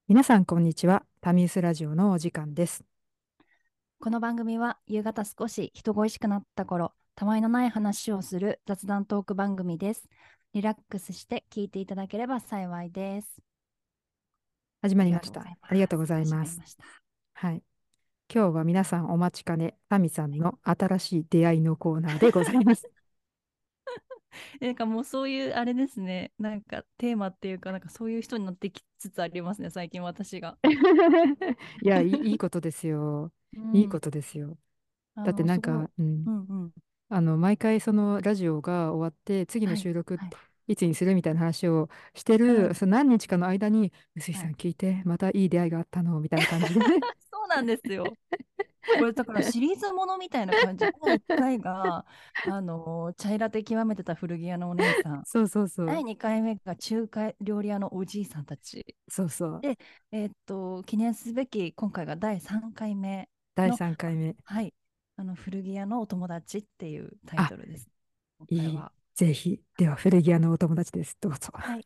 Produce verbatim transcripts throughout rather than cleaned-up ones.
皆さん、こんにちは。タミウスラジオのお時間です。 この番組は夕方少し人恋しくなった頃、たわいのない話をする雑談トーク番組です。リラックスして聞いていただければ幸いです。 始まありりました。 がとうございます。 ありがとうございます。 始まりました。 はい。今日は皆さんお待ちかね、タミさんの新しい出会いのコーナーでございます。 なんかもうそういうあれですね。なんかテーマっていうか、なんかそういう人になってきつつありますね、最近私が。 いや、いい、いいことですよ。 ういいこん。 とですよ。だってあの、すごい。 なんか、うん。 うんうん。 あの、毎回そのラジオが終わって、次のはい。 収録はい。 いつにするみたいな話をしてる、 うん。 その何日かの間に、臼井さんはい。 聞いて、またいい出会いがあったの、みたいな感じでね。 そうなんですよ。これだからシリーズものみたいな感じ。だいいっかいが、あのチャイラテ極めてた古着屋のお姉さん。 そうそうそだいう。 にかいめが中華料理屋のおじいさんたち。 そうそう。 で、えーっと、記念すべき今回がだいさんかいめ第の、 3回目。 はい、あの古着屋のお友達っていうタイあ、 トルです。今いい。 回は。 ぜひ。では、古着屋のお友達です。どうぞ。 はい。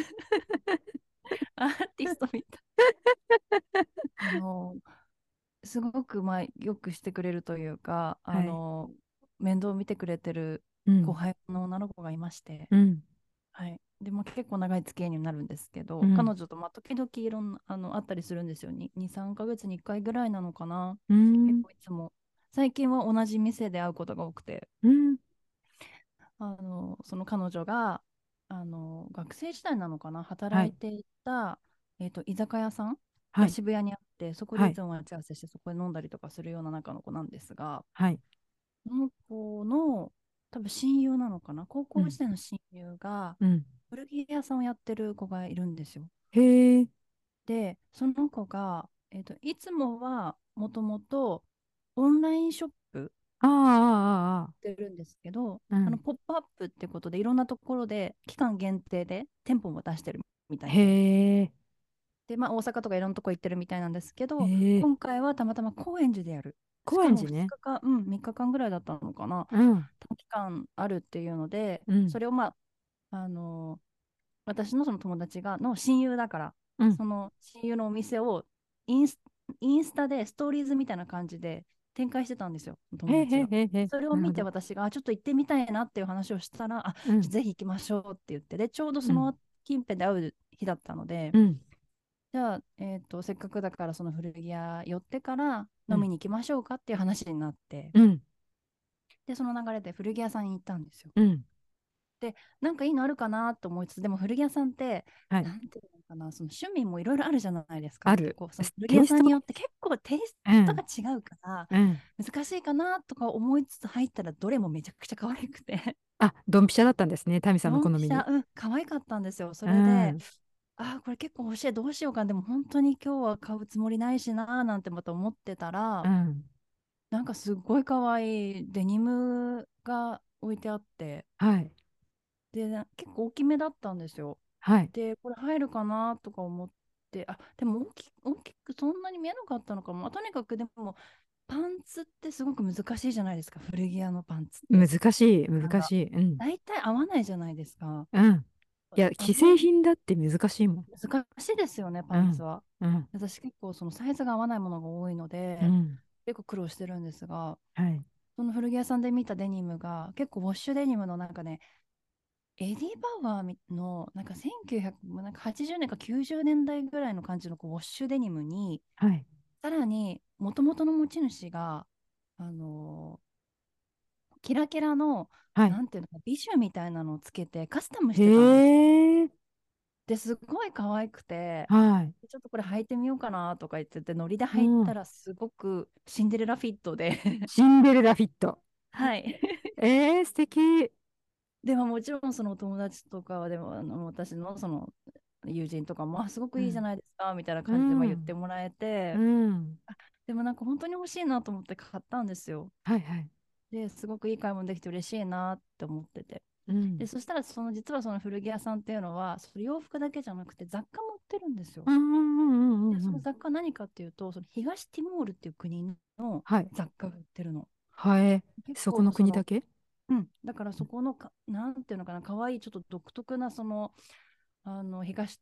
アーティストみたい。あの、すごく、まあ、よくしてくれるというか、あはい。 の、面倒を見てくれてるうん。 後輩の女の子がいまして、 うん。 はい。でも結構長い付き合いになるんですけど、彼うん。 女とまあ時々いろんな、あの、あったりするんですよ。に、に、さんかげつにいっかいぐらいなのかな。 うん。 結構いつも。最近は同じ店で会うことが多くて、 うん。 あの、その彼女が、あの、学生時代なのかな、 はい。 働いていた、えっと、居酒屋さんがはい。 渋谷にあって、そこではい。 いつも待ち合わせして、そこで飲んだりとかするような仲の子なんですが、 はい。 その子の、多分親友なのかな、高うん。 校時代の親友が、 うん。 古着屋さんをやってる子がいるんですよ。 へえ。 で、その子が、えっと、いつもはもともとオンラインショップああ、ああ、ああ。 してるんですけど、あのうん。 ポップアップってことでいろんなところで期間限定で店舗も出してるみたいへで、 え。 で、まあ、大阪とかいろんなとこ行ってるみたいなんですけど、 へえ。 今回はたまたま高円寺でやる。しかも2 高円寺ね。 日間、うん、みっかかんぐらいだったのかな。 うん。 短期間あるっていうので、 うん。 それをまあ、あのー私のその友達がの親友だから、 うん。 その親友のお店をインス、インスタでストーリーズみたいな感じで展開してたんですよ、友へえへ達が。 えへえへえ。 それを見てなるほど。 私があちょっと行ってみたいなっていう話をしたら、あ、 うん。 ぜひ行きましょうって言って、で、ちょうどうん。 その近辺で会う日だったので、 うん。 じゃあ、えーと、せっかくだからその古着屋寄ってからうん。 飲みに行きましょうかっていう話になって、 うん。 で、その流れで古着屋さんに行ったんですよ。 うん。 で、なんかいいのあるかなと思いつつ、でも古着屋さんって、 はい。 なんていうのかな、その趣味もいろいろあるじゃないですか。結ある。 構、その古着テイスト。 屋さんによって結構テイストがうん。 違うから、 うん。 難しいかなとか思いつつ入ったら、どれもめちゃくちゃ可愛くて、 あ、ドンピシャだったんですね。タミさんのドンピシャ、 好みに。 うん、可愛かったんですよ。そうれで、 ん。 あー、これ結構欲しい、どうしようかな、でも本当に今日は買うつもりないしな、なんてまた思ってたら、 うん。 なんかすっごい可愛いデニムが置いてあって、 はい。 で、結構大きめだったんですよ。 はい。 で、これ入るかなとか思って、あ、でも大き、大きくそんなに見えなかったのかも。まあとにかくでも、パンツってすごく難しいじゃないですか、古着屋のパンツって。 難しい、 なんか、 難しい。うん。 大体合わないじゃないですか。 うん。いや、既製あんまり品だって難しいもん。 難しいですよね、 うん。 パンツは。 うん。 私結構そのサイズが合わないものが多いので、 うん。 結構苦労してるんですが、 はい。 その古着屋さんで見たデニムが、結構ウォッシュデニムのなんかね、エディ・バウアーのなんかせんきゅうひゃくなんかはちじゅうねんかきゅうじゅうねんだいぐらいの感じのこうウォッシュデニムに、 はい。 さらに元々の持ち主が、あのーキラキラの、 はい。 なんていうのか、ビジュみたいなのをつけてカスタムしへてたんですよ。 え。 ですごい可愛くて、 はい。 ちょっとこれ履いてみようかなとか言ってて、ノリでう履いたん。 らすごくシンデレラフィットでシンデレラフィット。 はい。 えー、素敵。 でももちろんそのお友達とかは、でもあの私のその友人とかも、あ、すごくいいじゃうん。 ないですかみたいなう感じでまあ言ってん。 もらえうて、 ん。 あ、でもなんか本当に欲しいなと思って買ったんですよ。 はいはい。 で、すごくいい買い物できて嬉しいなって思ってて。で、 うん。 そしたらその実はその古着屋さんっていうのは、その洋服だけじゃなくて雑貨も売ってるんですよ。 うんうんうで、 んうんうん。 その雑貨は何かっていうと、その東ティモールっていう国のはい。 雑貨が売ってるの。 はい。 結そこの構その、 国だけ。 うん、だからそこのか、なんていうのかな、可愛いちょっと独特なその、あの東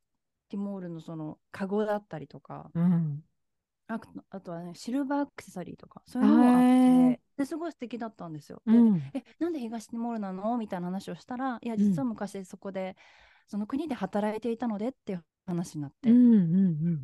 ティモールのそのカゴだったりとか、 うん。 ああとはね、シルバーアクセサリーとか、そういうあのもあっえー、 て、ですごい素敵だったんですよ。で、 うん。 え、なんで東ティモールなのみたいな話をしたら、いや、 うん。 実は昔そこで、その国で働いていたのでっていう話になって、 うん。うん。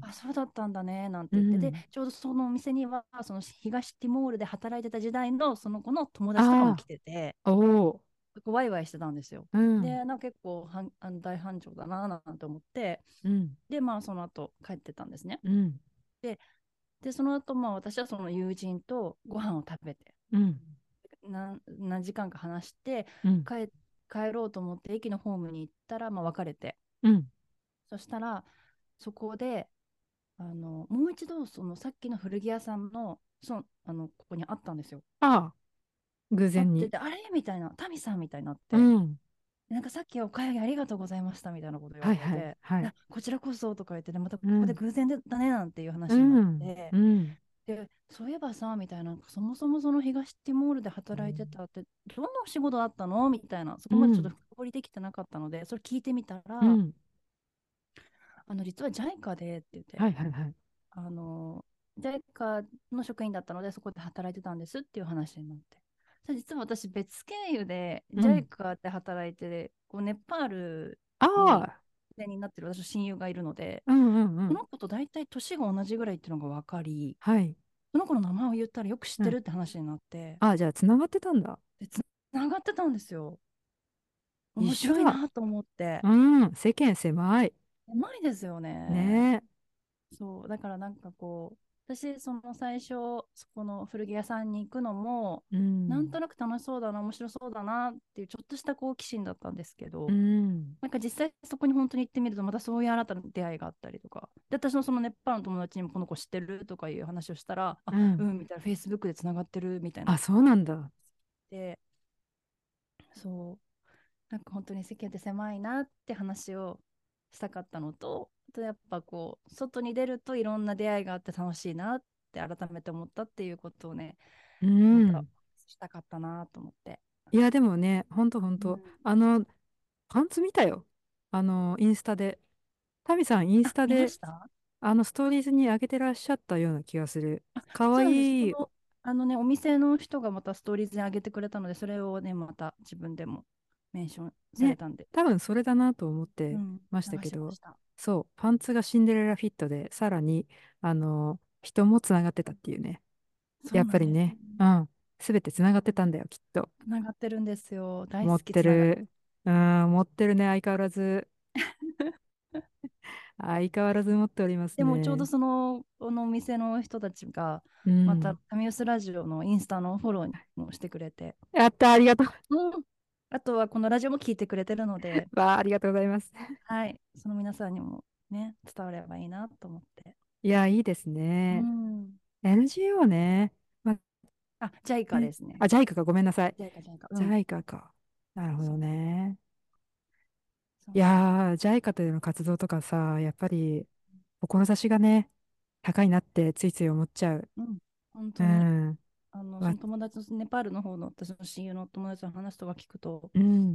あ、そうだったんだね、なんてう言って、で、 ん。 ちょうどそのお店には、その東ティモールで働いてた時代のその子の友達とかも来あてて、 あ、おお。 ワイワイしてたんですよ。 うん。 で、なんか結構はんあの大繁盛だな、なんて思って、 うん。 で、まあ、その後帰ってたんですね。 うん。 で、でその後、まあ、私はその友人とご飯を食べて、 うん。 何何時間か話してうん。 帰、帰ろうと思って駅のホームに行ったら、まあ、別れて、 うん。 そしたら、そこで、あの、もう一度、そのさっきの古着屋さんの、その、あの、ここにあったんですよ。 ああ、偶然に。 あってて、あれみたいな、タミさんみたいになっうて、 ん。 なんかさっきお買い上げありがとうございましたみたいなこと言わはいはい。 れて、 はい。 あ、こちらこそとか言って、でまたここでうん。 偶然でだねなんていうう話になっん。 て、 うん。 で、そういえばさ、みたいな、そもそもその東ティモールで働いてたって、どんなお仕事だったのみたいな、そこまでちょっとうん。 深掘りできてなかったので、それ聞いてみたら、 うん。 あの、実は ジャイカ でって言って、 はいはいはい。 あの、ジャイカ の職員だったので、そこで働いてたんですっていう話になって。それ実は私、別経由でうん。 ジャイカ で働いて、こうネパールあにあ。 になってる私の親友がいるので、 うんうんうん。 その子と大体年が同じぐらいっていうのが分かり、 はい。 その子の名前を言ったらよく知っうん。 てるって話になって、 あ、じゃあ、つながってたんだ。 で、つながってたんですよ。面白い一緒だ。 なと思って。 うん。世間狭い。 うまいですよね。 ねえ。 そう、だからなんかこう、私、その最初、そこの古着屋さんに行くのも、 うん。 なんとなく楽しそうだな、面白そうだなっていうちょっとした好奇心だったんですけうど、 ん。 なんか実際そこに本当に行ってみると、またそういう新たな出会いがあったりとか、で、私のそのネッパーの友達にもこの子知ってるとかいう話をしたら、あ、 うん。 うん、みたいな、Facebook でつながってるみたいあ、 な。 そうなんだ。 で、そう、なんか本当に世間って狭いなって話をしたかったのと、あとやっぱこう、外に出るといろんな出会いがあって楽しいなって改めて思ったっていうことをね、 うまたん。 したかったなと思って。 いや、でもね、ほんとほんと。 うん、 あの、パンツ見たよ。あの、インスタで。タミさん、インスあ、 タで、 見ました。 あの、ストーリーズに上げてらっしゃったような気がする。 あ、 かわそうなんです。そいい。 の、あのね、お店の人がまたストーリーズに上げてくれたので、それをね、また自分でもメンションされね、 たんで、 多分それだなと思ってうん、 ました流けど、 しました。 そう、パンツがシンデレラフィットで、さらに、あの、人もつながってたっていうね。やっそうなんですよぱりね、うね。 ん、すべてつながってたんだよ、きっと。 つながってるんですよ。大好持ってきつながり。 る、うん、持ってるね、相変わらず。相変わらず持っておりますでもちょうどね。 その、このお店の人たちが、 うまたん。 タミウスラジオのインスタのフォローもしてくれて、 やった、ありがとう。 うん、あとはこのラジオも聞いてくれてるので、 わあ、ありがとうございます。 はい、その皆さんにもね、伝わればいいなと思って。 いや、いいですうね。 ん。 エヌジーオー ね。まあ、ジャイカね、 ですね。 あ、ジャイカか、ごめんなさい。 ジャイカ、ジャイカ。うん。 ジャイカか。なるほどそう、 ね。いそうなんです。 やー、ジャイカ での活動とかさ、やっぱり、志がね、高いなってついつい思っちゃう。 うん。本う当に、 ん。 あの、そわ、 の友達のネパールの方の私の親友の友達の話とか聞くと、 うん。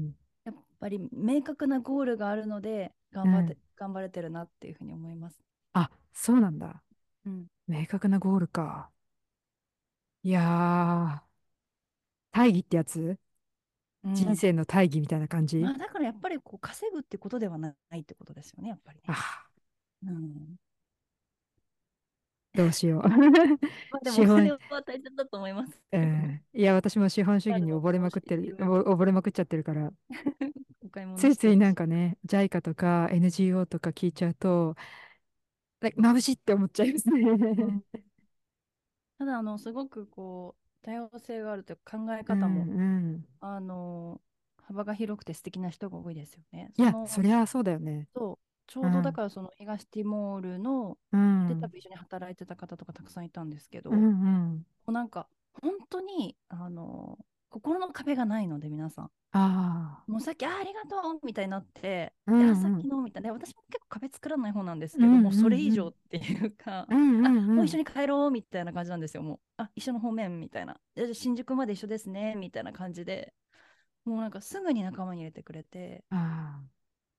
やっぱり明確なゴールがあるので、 うん。 頑張って、頑張れてるなっていうふうに思います。 あ、そうなんだ。 うん。 明確なゴールか。いやー、大義ってやつ、人うん。 生の大義みたいな感じ。 まあ、だからやっぱりこう稼ぐってことではないってことですよね、やっぱりね。 あ、 うん。 どうしよう。 まあでもお資本、 金は大切だと思いますけどね。 うん。いや、私も資本主義あるのとに溺れま投資いくってる、 ろいろお溺れまくっちゃってるから、 お買いついつい物してるし。 なんかね、ジャイカ とか エヌジーオー とか聞いちゃうと、なんか眩しいって思っちゃいますね。 うん。ただ、あの、すごくこう、多様性があるというか考えうん方も、 うん。 あの、幅が広くて素敵な人が多いですよね。 いや、 その、 そりゃそうだよね。 そう、ちょうどだうん。 からその東ティモールの、 うん。 で多分一緒に働いてた方とかたくさんいたんですけうんど、 うん。 もうなんか本当にあの心の壁がないので皆さん。 ああ。 もうさっき、あー、ありがとうみたいになって、 うで、あ、さっんうん。 きのみたいな、で私も結構壁作らない方なんですうんけど、もううそれ以んうん。 上っていうか、 うんあ、 うんうん。 もう一緒に帰ろうみたいな感じなんですよ、もう。あ、一緒の方面みたいな。じゃあ新宿まで一緒ですねみたいな感じで、もうなんかすぐに仲間に入れてくれて、 ああ。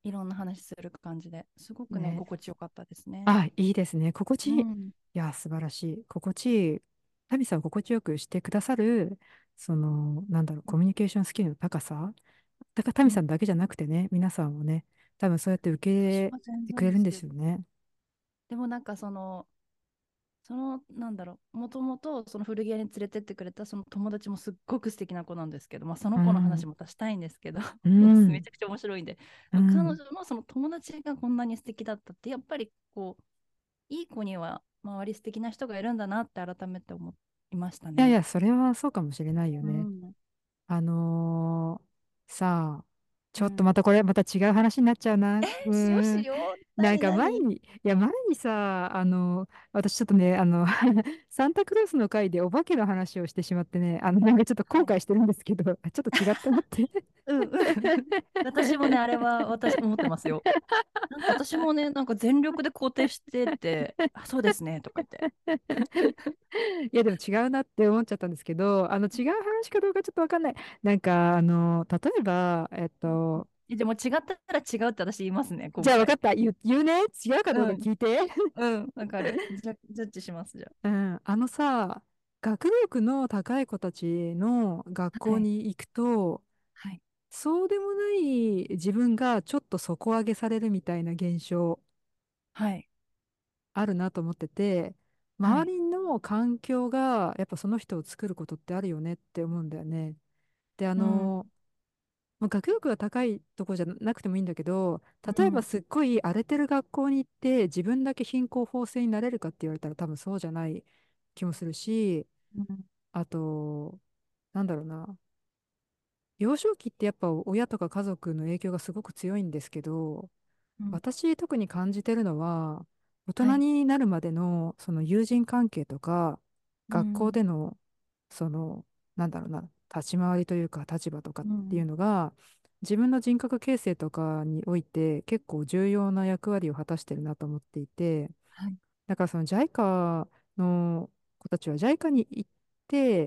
いろんな話する感じですごくね、 ね。 心地よかったですね。 あ、いいですね。心地いい。いうん。 や、素晴らしい。心地いい。タミさんを心地よくしてくださる、その、なんだろう、コミュニケーションスキルの高さ。だからタミうん、 さんだけじゃなくてね、皆さんをね、多分そうやって受け入私れは全てくれるんで然です。 すよね。 でもなんかその、その、なんだろう、もともとその古着屋に連れてってくれたその友達もすっごく素敵な子なんですけど、まあ、その子のうん。 話もまたしたいんですけど、 うもうん。 めちゃくちゃ面白いんで、彼うん。 女のその友達がこんなに素敵だったって、やっぱりこう、いい子には周り素敵な人がいるんだなって改めて思いましたね。 いやいや、それはそうかもしれないよね。 うん。 あのーさあ、ちょっとまうん。 たこれ、また違う話になっちゃうな。うしようーん。 しよう。 なんか前何何？ に、いや前にさ、あの、私ちょっとね、あの、サンタクロースの回でお化けの話をしてしまってね、あの、なんかちょっと後はい。 悔してるんですけど、ちょっと違ったなって。 うんうん。私もね、あれは私思ってますよ。なんか私もね、なんか全力で肯定してて、あ、そうですね、とか言って。 いやでも違うなって思っちゃったんですけど、あの違う話かどうかちょっとわかんない。なんか、あの、例えば、えっうんうん。 と、 えでも違ったら違うって私言いますね、今回。 じゃあ分かった。言う、言うね。違うかどうかうん、 聞いて。 うん、わかる。じゃ、ジャッジします、じゃうん、あのさ、学力の高い子たちの学あ。はい、 校に行くと、 はい、 そうでもない自分がちょっと底上げされるみたいな現象はい、 あるなと思ってて、 はい。 周りの環境がやっぱその人を作ることってあるよねって思うんだよね。で、あうん、 の、まあ学力が高いとこじゃなくてもいいんだけど、例えばうん、 すっごい荒れてる学校に行って自分だけ貧困法制になれるかって言われたら多分そうじゃない気もするし、 うん、 あと、なんだろうな。幼少期ってやっぱ親とか家族の影響がすごく強いんですけど、 うん。 私特に感じてるのは、大人はい、 になるまでのその友人関係とか、学校うん、 でのその、なんだろうな、立ち回りというか立場とかっていううん、 のが、自分の人格形成とかにおいて結構重要な役割を果たしてるなと思っていて、 はい、 だからその ジャイカ の子たちは ジャイカ に行って、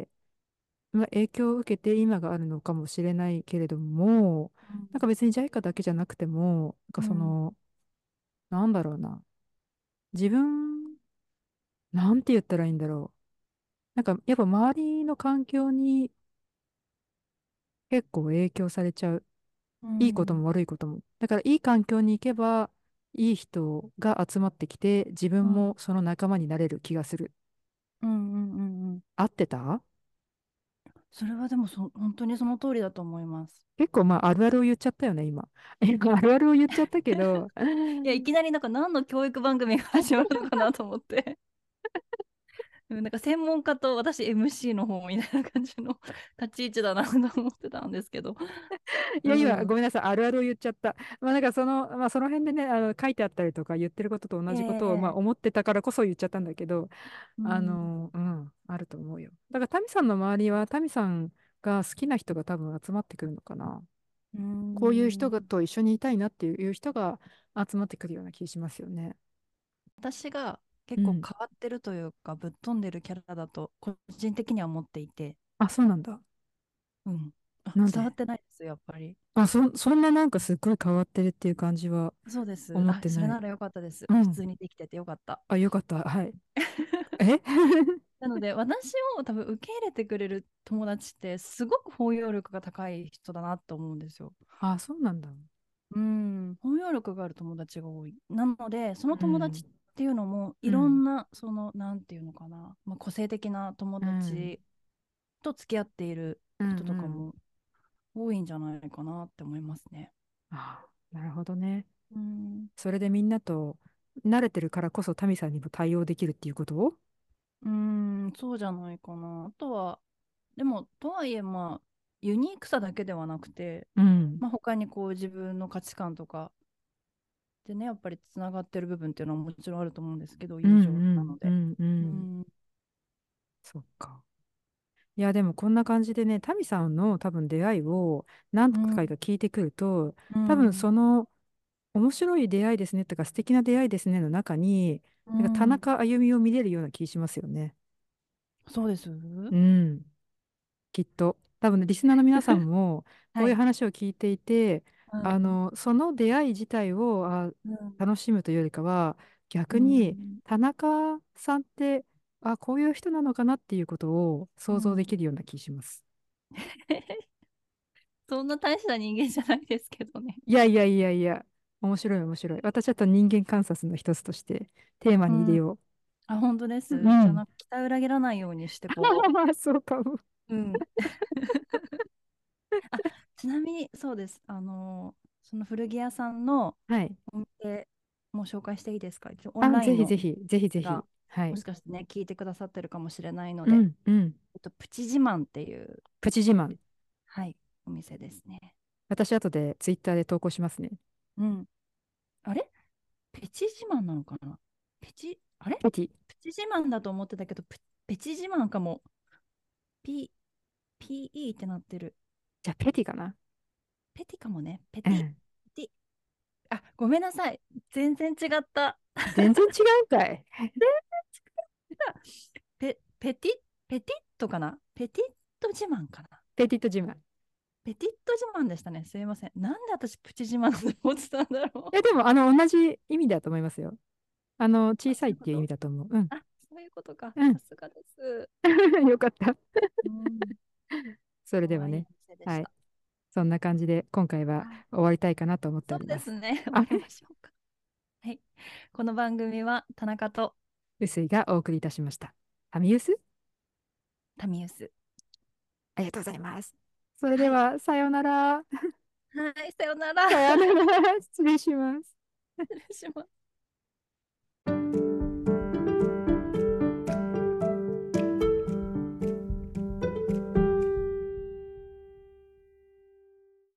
まあ、影響を受けて今があるのかもしれないけれども、なんか別に ジャイカ だけじゃなくても、なんかうん、 その、なんだろうな、自分、なんて言ったらいいんだろう。なんかやっぱ周りの環境に結構影響されちゃう。 ういいことん、 も悪いことも。だからいい環境に行けば、いい人が集まってきて、自分もうん、 その仲間になれる気がする。 うん、うん、うん。うん。 合ってた？ それはでもそ、本当にその通りだと思います。 結構まああるあるを言っちゃったよね、今。あるあるを言っちゃったけど、 いや、いきなりなんか何の教育番組が始まるのかなと思って。うん。なんか専門家と私 エムシー の方みたいな感じの立ち位置だなと思ってたんですけど。 いや、今、 うん。 ごめんなさい、あるあるを言っちゃった。まあ、なんかその、まあ、その辺でね、あの、書いてあったりとか、言ってることと同えじことを、まあ、 え。 思ってたからこそ言っちゃったんだけど、あうん。 の、うん、あると思うよ。だから、タミさんの周りは、タミさんが好きな人が多分集まってくるのかな。 うこういう人ん。 がと一緒にいたいなっていう人が集まってくるような気しますよね。 私が結構うん。 変わってるというか、ぶっ飛んでるキャラだと、個人的には思っていて、 あ、そうなんだ。 うん。あ、 なんで？ 伝わってないですやっぱり。 あ、そ、そんななんかすっごい変わってるっていう感じはそうです。あ、 思ってない。 それならよかったです。 うん。 普通にできててよかった。 あ、よかった。はい。えなので、私を多分受け入れてくれる友達ってすごく包容力が高い人だなと思うんですよ。 あ、そうなんだ。 うん、包容力がある友達が多い。なので、その友達うん。 っていうのも、いろうん。 んな、その、なんていうのかな、まあ、個性的な友うん。 達と付き合っているうん人とかうん。 も多いんじゃないかなって思いますね。 ああ、なるほどね。 うん、 それでみんなと慣れてるからこそタミさんにも対応できるっていうこと？ うん、そうじゃないかな。あとは、でも、とはいえ、まあ、ユニークさだけではなくて、 うん。 まあ、他にこう自分の価値観とかでね、やっぱりつながってる部分っていうのはもちろんあると思うんですけど、 うん友情うんうなので。 んうん。 うん、 そっか。いや、でもこんな感じでね、タミさんの多分出会いを何うん、 回か聞いてくると、多分うん、 その面白い出会いですねとか素敵な出会いですねの中に、なんか田うん。 中歩みを見れるような気しますよね。 そうです。 うん。きっと。多分ね、リスナーの皆さんも、こういうはい。 話を聞いていて、 うん。 あの、その出会い自体をあうん。 楽しむというよりかは、 う逆にん。 田中さんって、あ、こういう人なのかなっていうことを想像でうん。 きるような気します。 そんな大した人間じゃないですけどね。 いやいやいやいや、面白い面白い。私ちょっと人間観察の一つとしてテーマうん。 に入れよあ、本当でう。うす。じゃあ、 ん。 なんか期待裏切らないようにしてこそうかも。 う。うん。あ、ちなみに、そうです。あのーその古着屋さんのはい。 お店も紹介していいですか？一応オンあ、 ラインのぜひぜひ、ぜひぜひ。 が、 はい。 もしかしてね、聞いてくださってるかもしれないので、 うん、うん。 えっと、プチ自慢っていう、 プチ自慢。 はい、お店ですね。 私後でツイッターで投稿しますね。 うん。あれペチ自慢なのかな？ペチ、あれペティ。 プチ自慢だと思ってたけど、プペチ自慢かも。P、ピーイー ってなってる。 じゃあペティかな。 ペティかもね。ペティ。 うん。 ペティ。あ、ごめんなさい。全然違った。 全然違うんかい。 ペ、ペティ、ペティットかな？ペティット自慢かな？ ペティット自慢。 ペティット自慢でしたね。すいません。なんで私プチ自慢だと思ってたんだろえ、 う。 でも、あの、同じ意味だと思いますよ。あの、 あ、 小さいっていう意味そういうこと？ だと思う。うん。 あ、そういうことか。 うん。 さすがです。 よかった。 うん。 それではね。 かわいいお店でしはい。 た。 そんな感じで、今回ははい。 終わりたいかなと思ってそうでおります。 すね。終わあ、 りましょうか。はい。この番組は田中と臼井がお送りいたしました。タミユス、 タミウス。 ありがとうございます。それではい。 は、さようなら。 はい。さようなら。 さようなら。失礼します。 失礼します。